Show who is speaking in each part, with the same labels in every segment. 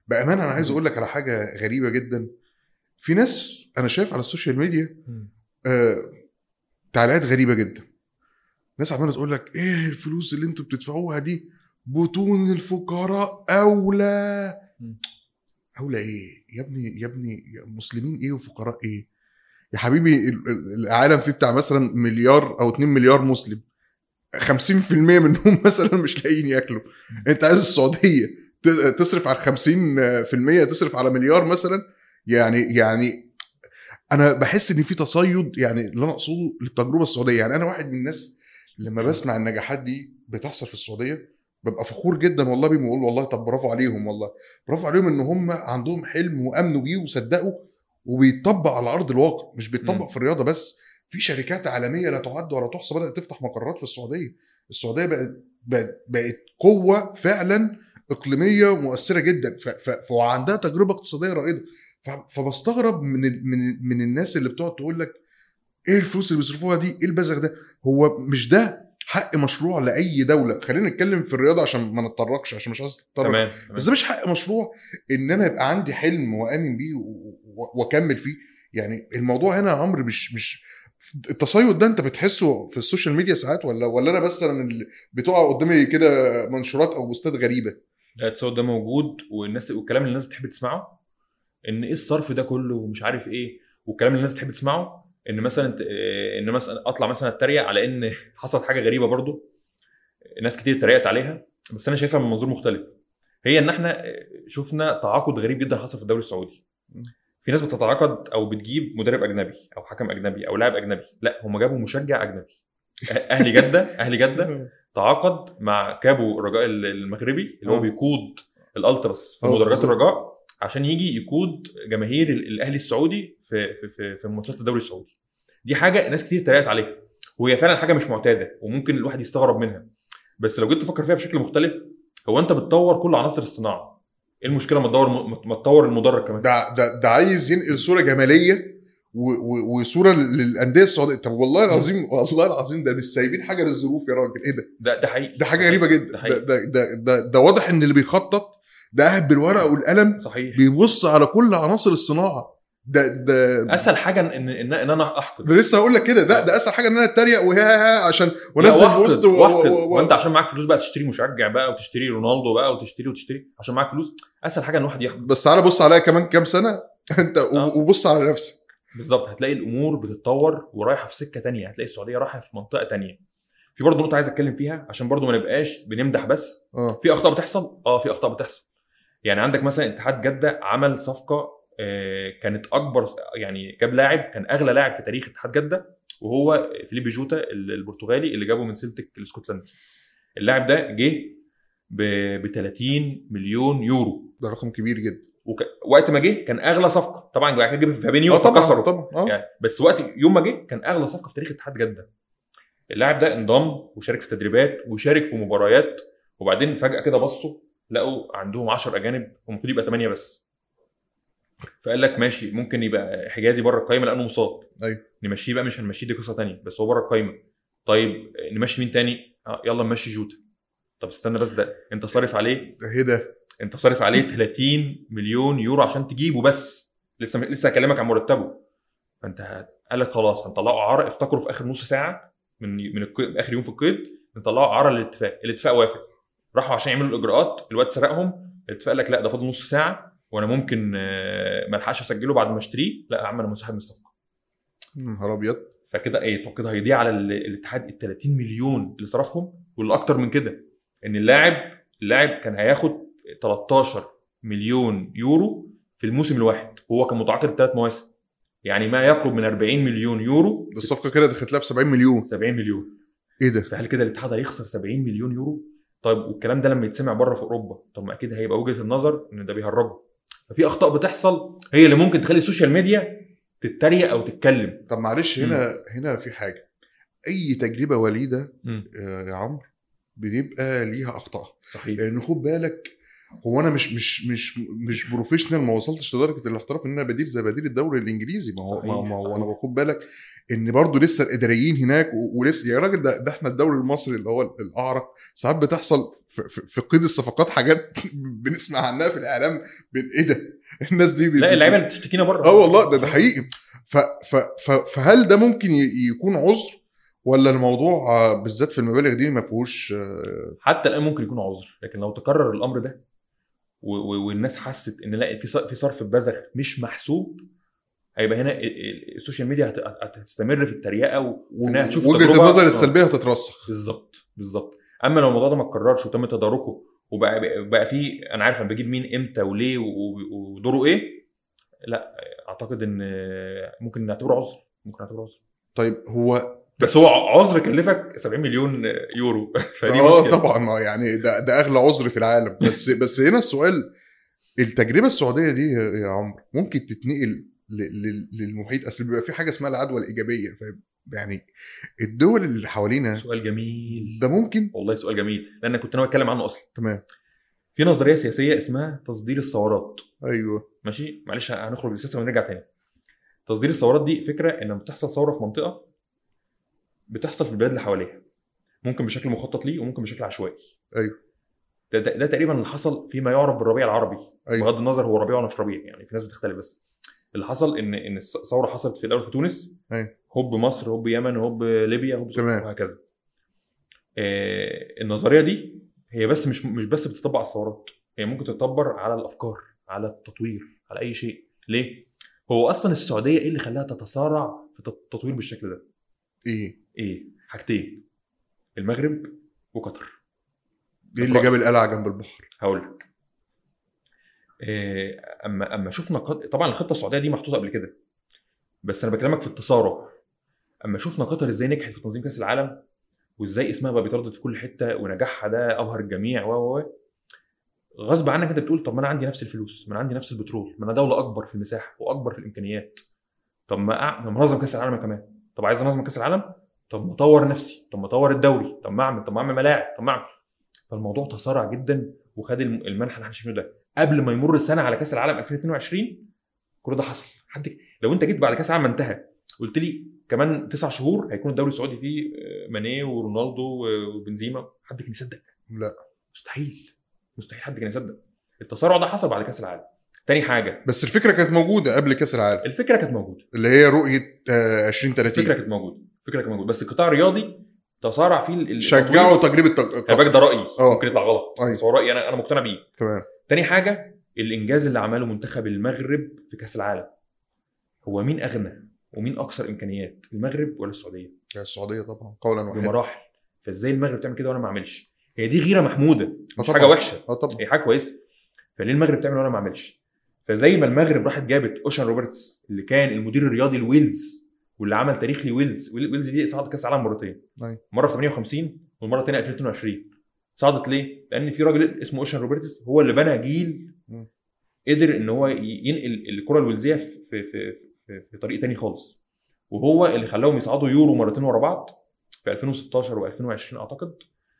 Speaker 1: بامانه انا عايز اقول لك على حاجه غريبه جدا. في ناس انا شايف على السوشيال ميديا تعليقات غريبه جدا. ناس عماله تقول لك ايه الفلوس اللي انتوا بتدفعوها دي، بطون الفقراء اولى. اولى ايه يا ابني؟ يا ابني مسلمين ايه وفقراء ايه يا حبيبي؟ العالم فيه بتاع مثلا مليار او 2 مليار مسلم، 50% منهم مثلا مش لاقيين ياكلوا. انت عايز السعوديه تصرف على 50%، تصرف على مليار مثلا؟ يعني انا بحس ان في تصيد، يعني اللي انا اقصده للتجربه السعوديه. يعني انا واحد من الناس لما بسمع النجاحات دي بتحصل في السعوديه ببقى فخور جدا والله بيهم، بقول والله طب برافو عليهم، والله برافو عليهم ان هم عندهم حلم وامنوا بيه وصدقوا وبيتطبق على ارض الواقع، مش بيتطبق في الرياضه بس. في شركات عالميه لا تعد ولا تحصى بدات تفتح مقرات في السعوديه. السعوديه بقت قوه فعلا اقليميه مؤثره جدا، وعندها تجربه اقتصاديه رائده. فبستغرب من الناس اللي بتقعد تقول لك ايه الفلوس اللي بيصرفوها دي، ايه البذخ ده. هو مش ده حق مشروع لاي دوله؟ خلينا نتكلم في الرياضه عشان ما نتطرقش، عشان مش عايز تتطرق.
Speaker 2: تمام.
Speaker 1: بس ده مش حق مشروع ان انا يبقى عندي حلم وامن بيه واكمل فيه. يعني الموضوع هنا يا عمرو مش التصيد ده انت بتحسه في السوشيال ميديا ساعات، ولا انا بس انا اللي بتقع قدامي كده منشورات او بوستات غريبه؟
Speaker 2: لا، التصور ده موجود، والناس والكلام اللي الناس بتحب تسمعه ان ايه الصرف ده كله ومش عارف ايه، والكلام اللي الناس بتحب تسمعه ان مثلا ان مثلا اطلع مثلا اتريق على ان حصلت حاجه غريبه برضو ناس كتير اتريقت عليها، بس انا شايفها من منظور مختلف. هي ان احنا شفنا تعاقد غريب جدا حصل في الدوري السعودي. في ناس بتتعاقد او بتجيب مدرب اجنبي او حكم اجنبي او لاعب اجنبي، لا هم جابوا مشجع اجنبي. اهلي جده تعاقد مع كابو الرجاء المغربي اللي هو بيقود الالتراس في مدرجات الرجاء عشان يجي يقود جماهير الاهلي السعودي في ماتشات الدوري السعودي. دي حاجه ناس كتير اتريقت عليها، وهي فعلا حاجه مش معتاده وممكن الواحد يستغرب منها. بس لو جيت تفكر فيها بشكل مختلف، هو انت بتطور كل عناصر الصناعه، ايه المشكله ما تطور المدرج كمان؟
Speaker 1: ده عايز ينقل صوره جماليه وصوره للانديه السعوديه. طب والله العظيم والله العظيم ده مش سايبين حاجه للظروف يا راجل. ايه
Speaker 2: ده حقيقي،
Speaker 1: ده حاجه غريبه جدا. ده واضح ان اللي بيخطط ده قاعد بالورقه والقلم،
Speaker 2: صحيح،
Speaker 1: بيبص على كل عناصر الصناعه. ده
Speaker 2: اسهل حاجه ان انا احقد.
Speaker 1: ده لسه هقول لك كده، ده اسهل حاجه ان انا اتريق عشان ونزل بوست
Speaker 2: وانت عشان معاك فلوس بقى تشتري مشجع بقى وتشتري رونالدو بقى وتشتري عشان معاك فلوس. اسهل حاجه ان واحد يحقد.
Speaker 1: بس تعالى بص عليا كمان كام سنه انت وبص على نفسك.
Speaker 2: بالظبط، هتلاقي الامور بتتطور ورايحه في سكه تانية، هتلاقي السعوديه رايحه في منطقه تانية. في برضه نقطه عايز اتكلم فيها عشان برضه ما نبقاش بنمدح بس. في اخطاء بتحصل، في اخطاء بتحصل. يعني عندك مثلا اتحاد جده عمل صفقه كانت اكبر، يعني جاب لاعب كان اغلى لاعب في تاريخ اتحاد جده، وهو فيليبي جوتا البرتغالي اللي جابه من سيلتيك الاسكتلندي. اللاعب ده جه ب 30 مليون يورو،
Speaker 1: ده رقم كبير جدا.
Speaker 2: وقت ما جه كان اغلى صفقه طبعا، بعد كده جاب فابينيو فكسره
Speaker 1: طبعا.
Speaker 2: يعني، بس وقت يوم ما جه كان اغلى صفقه في تاريخ اتحاد جده. اللاعب ده انضم وشارك في تدريبات وشارك في مباريات، وبعدين فجاه كده بصوا لقوا عندهم 10 اجانب والمفروض يبقى 8 بس. فقال لك ماشي، ممكن يبقى حجازي بره القايمه لانه مصاب،
Speaker 1: ايوه
Speaker 2: نمشيه بقى، مش هنمشيه دي قصه ثانيه، بس هو بره القايمه. طيب نمشي مين تاني؟ يلا نمشي جوتا. طب استنى بس، ده انت صارف عليه،
Speaker 1: ايه ده؟
Speaker 2: انت صارف عليه 30 مليون يورو عشان تجيبه بس، لسه هكلمك عن مرتبه. فانت قال لك خلاص هنطلعه اعاره، افتكروا في اخر نص ساعه من اخر يوم في القيد نطلعه اعاره للاتفاق. الاتفاق وافق، راحوا عشان يعملوا الاجراءات، الواد سرقهم. الاتفاق قال لك لا ده فاضل نص ساعه وانا ممكن ما الحقش اسجله بعد ما اشتريه، لا يا عم انا منسحب من الصفقه.
Speaker 1: نهار ابيض.
Speaker 2: فكده ايه؟ طب كده هيضيع على الاتحاد ال 30 مليون اللي صرفهم، واللي اكتر من كده ان اللاعب كان هياخد 13 مليون يورو في الموسم الواحد، وهو كان متعاقد 3 مواسم، يعني ما يقرب من 40 مليون يورو.
Speaker 1: الصفقه كده دخلت لها ب 70 مليون.
Speaker 2: 70 مليون.
Speaker 1: ايه ده؟
Speaker 2: فهل كده الاتحاد هيخسر 70 مليون يورو؟ طيب والكلام ده لما يتسمع بره في اوروبا، طب ما اكيد هيبقى وجهه النظر ان ده بيهرجوا. ففي اخطاء بتحصل هي اللي ممكن تخلي السوشيال ميديا تتريق او تتكلم.
Speaker 1: طب معلش، هنا في حاجه، اي تجربه وليده يا عمرو بيبقى ليها اخطاء.
Speaker 2: صحيح.
Speaker 1: لان خد بالك هو انا مش بروفيشنال، ما وصلتش لدرجه الاحتراف ان انا بدير زي بديل الدوري الانجليزي. ما هو
Speaker 2: صحيح،
Speaker 1: ما هو
Speaker 2: صحيح.
Speaker 1: انا باخد بالك ان برضو لسه الاداريين هناك ولسه يا راجل، ده احنا الدوري المصري اللي هو الاعرق ساعات بتحصل في قيد الصفقات حاجات بنسمع عنها في الاعلام. ايه ده الناس دي
Speaker 2: لا اللعيبه اللي بتشتكينا بره.
Speaker 1: والله ده حقيقي. فهل ده ممكن يكون عذر، ولا الموضوع بالذات في المبالغ دي ما فيهوش؟
Speaker 2: حتى الان ممكن يكون عذر، لكن لو تكرر الامر ده والناس حست ان لا في صرف بذخ مش محسوب، هيبقى هنا السوشيال ميديا هتستمر في التريقه وانها تشوف
Speaker 1: وجهه النظر السلبيه هتترسخ.
Speaker 2: بالظبط. اما لو الموضوع ده ما اتكررش وتم تداركه وبقى في انا عارف انا بجيب مين امتى وليه ودوره ايه، لا اعتقد ان ممكن نعتبره عذر.
Speaker 1: طيب هو
Speaker 2: بس هو عذر كلفك 70 مليون يورو.
Speaker 1: طبعا، ما يعني ده اغلى عذر في العالم. بس هنا السؤال، التجربه السعوديه دي يا عمرو ممكن تتنقل للمحيط؟ اصل بيبقى في حاجه اسمها العدوى الايجابيه، يعني الدول اللي حوالينا.
Speaker 2: سؤال جميل
Speaker 1: ده ممكن،
Speaker 2: والله سؤال جميل، لان كنت انا بتكلم عنه اصلا.
Speaker 1: تمام.
Speaker 2: في نظريه سياسيه اسمها تصدير الثورات.
Speaker 1: ايوه
Speaker 2: ماشي، معلش هنخرج للسياسه ونرجع تاني. تصدير الثورات دي فكره ان لما بتحصل ثوره في منطقه بتحصل في البلاد اللي حواليها، ممكن بشكل مخطط ليه وممكن بشكل عشوائي.
Speaker 1: ايوه
Speaker 2: ده تقريبا اللي حصل فيما يعرف بالربيع العربي.
Speaker 1: أيوة.
Speaker 2: بغض النظر هو ربيع ولا مش ربيع، يعني في ناس بتختلف، بس اللي حصل ان الثوره حصلت في الاول في تونس،
Speaker 1: أيوة.
Speaker 2: هوب مصر، هوب يمن، هوب ليبيا، هوب
Speaker 1: تمام.
Speaker 2: وهكذا. النظريه دي هي بس مش بس بتطبق على الثورات، هي ممكن تطبق على الافكار، على التطوير، على اي شيء. ليه؟ هو اصلا السعوديه ايه اللي خلاها تتسارع في التطوير بالشكل ده؟ ايه حاجتين، المغرب وقطر.
Speaker 1: ايه اللي جاب القلعه جنب البحر؟
Speaker 2: هقول لك. اما شفنا طبعا الخطه السعوديه دي محطوطه قبل كده، بس انا بكلمك في التسارع. اما شفنا قطر ازاي نجحت في تنظيم كاس العالم، وازاي اسمها بقى بيتردد في كل حته، ونجاحها ده ابهر الجميع غصب عنك انت بتقول طب ما انا عندي نفس الفلوس، ما انا عندي نفس البترول، ما انا دوله اكبر في المساحه واكبر في الامكانيات، طب ما انظم كاس العالم كمان. طب عايز انظم كاس العالم، طب ما اطور نفسي، طب ما اطور الدوري، طب ما اعمل ملاعب، طب ما اعمل. فالموضوع تسارع جدا وخد المنحى اللي احنا شايفينه ده. قبل ما يمر السنه على كاس العالم 2022 كل ده حصل. لو انت جيت بعد كاس العالم انتهى قلت لي كمان 9 شهور هيكون الدوري السعودي فيه مانيه ورونالدو وبنزيما، حد كان يصدق؟
Speaker 1: لا
Speaker 2: مستحيل حد كان يصدق. التسارع ده حصل بعد كاس العالم. تاني حاجه،
Speaker 1: بس الفكره كانت موجوده قبل كاس العالم.
Speaker 2: الفكره كانت موجوده
Speaker 1: اللي هي رؤيه 2030.
Speaker 2: الفكره كانت موجوده بس القطاع الرياضي تسارع فيه
Speaker 1: شجعوا تجربه
Speaker 2: ده رايي ممكن يطلع غلط.
Speaker 1: أيوة.
Speaker 2: بس هو رايي انا مقتنع بيه.
Speaker 1: تمام.
Speaker 2: تاني حاجه، الانجاز اللي عمله منتخب المغرب في كاس العالم. هو مين اغنى ومين اكثر امكانيات، المغرب ولا السعوديه؟
Speaker 1: السعوديه طبعا قولا واحدا
Speaker 2: بمراحل. فازاي المغرب تعمل كده وانا ما اعملش؟ هي دي غيره محموده، مش حاجه وحشه.
Speaker 1: طبعا
Speaker 2: هي حاجه كويسه. فليه المغرب تعمل وانا ما اعملش؟ فزي ما المغرب راحت جابت اوشان روبرتس اللي كان المدير الرياضي لويلز واللي عمل تاريخ لويلز. ويلز دي صعدت كاس العالم مرتين. مره في 58 والمره الثانيه 2022. صعدت ليه؟ لان في راجل اسمه اوشان روبرتس هو اللي بنى جيل قدر ان هو ينقل الكره الويلزيه في طريق تاني خالص، وهو اللي خلاهم يصعدوا يورو مرتين ورا بعض في 2016 و2020 اعتقد.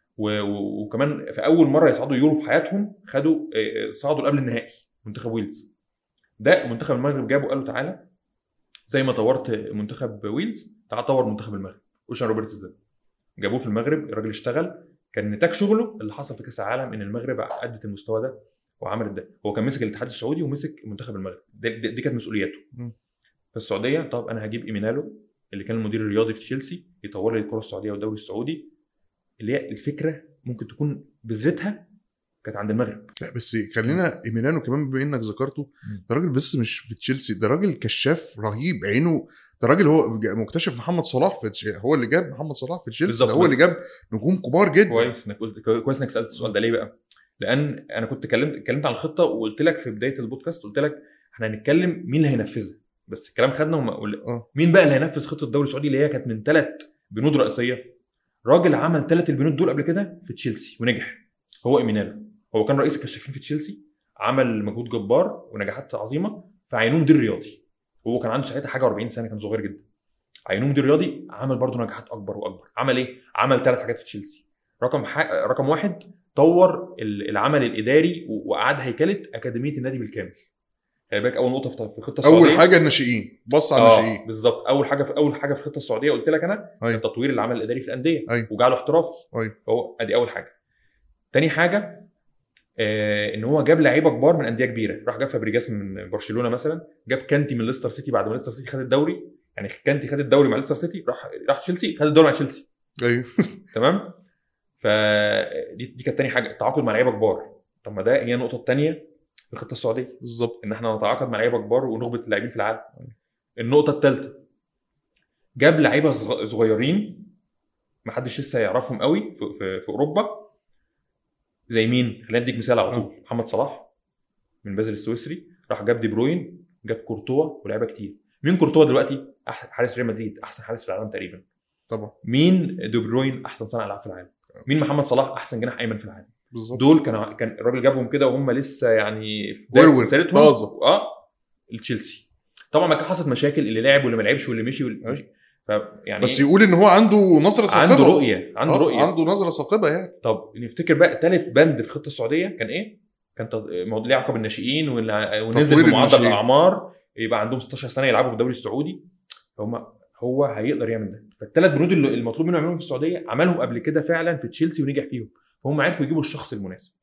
Speaker 2: وكمان في اول مره يصعدوا يورو في حياتهم خدوا صعدوا قبل النهائي منتخب ويلز. ده منتخب المغرب جابه قالوا تعالى زي ما طورت منتخب ويلز تعال طور منتخب المغرب. اوشان روبرتس ده جابوه في المغرب، الراجل اشتغل. كان نتاج شغله اللي حصل في كاس العالم ان المغرب ادت المستوى ده وعملت ده. هو كان مسك الاتحاد السعودي ومسك منتخب المغرب، دي كانت مسؤولياته. فالسعوديه طب انا هجيب ايمينالو اللي كان المدير الرياضي في تشيلسي يطور لي الكره السعوديه والدوري السعودي، اللي هي الفكره ممكن تكون بذرتها كانت عند المغرب.
Speaker 1: لا بس خلينا ايمينالو كمان بما انك ذكرته، ده راجل بس مش في تشيلسي، ده راجل كشاف رهيب عينه. ده راجل هو مكتشف محمد صلاح هو اللي جاب محمد صلاح في تشيلسي، هو اللي جاب نجوم كبار جدا.
Speaker 2: كويس انك سالت السؤال ده. ليه بقى؟ لان انا كنت اتكلمت عن الخطه وقلت لك في بدايه البودكاست، قلت لك احنا هنتكلم مين اللي هينفذها، بس الكلام خدنا مين بقى اللي هينفذ خطه الدوري السعودي اللي هي كانت من 3 بنود رئيسيه. راجل عمل 3 البنود دول قبل كده في تشيلسي ونجح، هو ايمينالو. هو كان رئيس الكشافين في تشيلسي، عمل مجهود جبار ونجاحات عظيمه، فعينوه مدير رياضي. وهو كان عنده ساعتها حاجه 40 سنه، كان صغير جدا. عينوه مدير رياضي، عمل برضه نجاحات اكبر واكبر. عمل ايه؟ عمل 3 حاجات في تشيلسي. رقم 1 طور طور العمل الاداري وقعد هيكله اكاديميه النادي بالكامل. خلي بالك اول نقطه في الخطه السعوديه
Speaker 1: اول حاجه الناشئين، بص على الناشئين
Speaker 2: بالظبط. اول حاجه في الخطه السعوديه قلت لك انا تطوير العمل الاداري في الانديه وجعله احترافي. فهو ادي اول حاجه. تاني حاجه ان هو جاب لعيبه كبار من انديه كبيره. راح جاب فابريجاس من برشلونه مثلا، جاب كانتي من ليستر سيتي بعد ما ليستر سيتي خد الدوري. يعني كانتي خد الدوري مع ليستر سيتي، راح تشيلسي خد الدوري مع تشيلسي.
Speaker 1: ايوه
Speaker 2: تمام. فدي كانت تاني حاجه، التعاقد مع لعيبه كبار. طب ما ده هي النقطه الثانيه في الخطه السعوديه
Speaker 1: بالظبط،
Speaker 2: ان احنا نتعاقد مع لعيبه كبار ونخبط اللاعبين في العالم. النقطه الثالثه جاب لعيبه صغيرين ما حدش لسه يعرفهم قوي في اوروبا. زي مين؟ خلينا اديك مثال على طول. محمد صلاح من بازل السويسري، راح جاب دي بروين، جاب كورتوا ولاعيبه كتير. مين كورتوا دلوقتي؟ حارس ريال مدريد، احسن حارس في العالم تقريبا.
Speaker 1: طبعا.
Speaker 2: مين دي بروين؟ احسن صانع العاب في العالم. مين محمد صلاح؟ احسن جناح ايمن في العالم.
Speaker 1: بالظبط.
Speaker 2: دول كان الراجل جابهم كده وهم لسه يعني في
Speaker 1: بدايه طازه.
Speaker 2: التشيلسي. طبعا ما كان حصلت مشاكل، اللي لعب واللي ما لعبش واللي مشي يعني
Speaker 1: بس يقول ان هو عنده نظره ثاقبه،
Speaker 2: عنده رؤيه
Speaker 1: عنده نظره ثاقبه يعني.
Speaker 2: طب نفتكر بقى ثالث بند في الخطه السعوديه كان ايه؟ كان موضوع ليه علاقه بالناشئين ونزل بمعدل الاعمار يبقى عندهم 16 سنه يلعبوا في الدوري السعودي. هو هيقدر يعمل ده. فالثلاث بنود اللي المطلوب منهم يعملوهم في السعوديه عملهم قبل كده فعلا في تشيلسي ونجح فيهم. فهم عرفوا يجيبوا الشخص المناسب.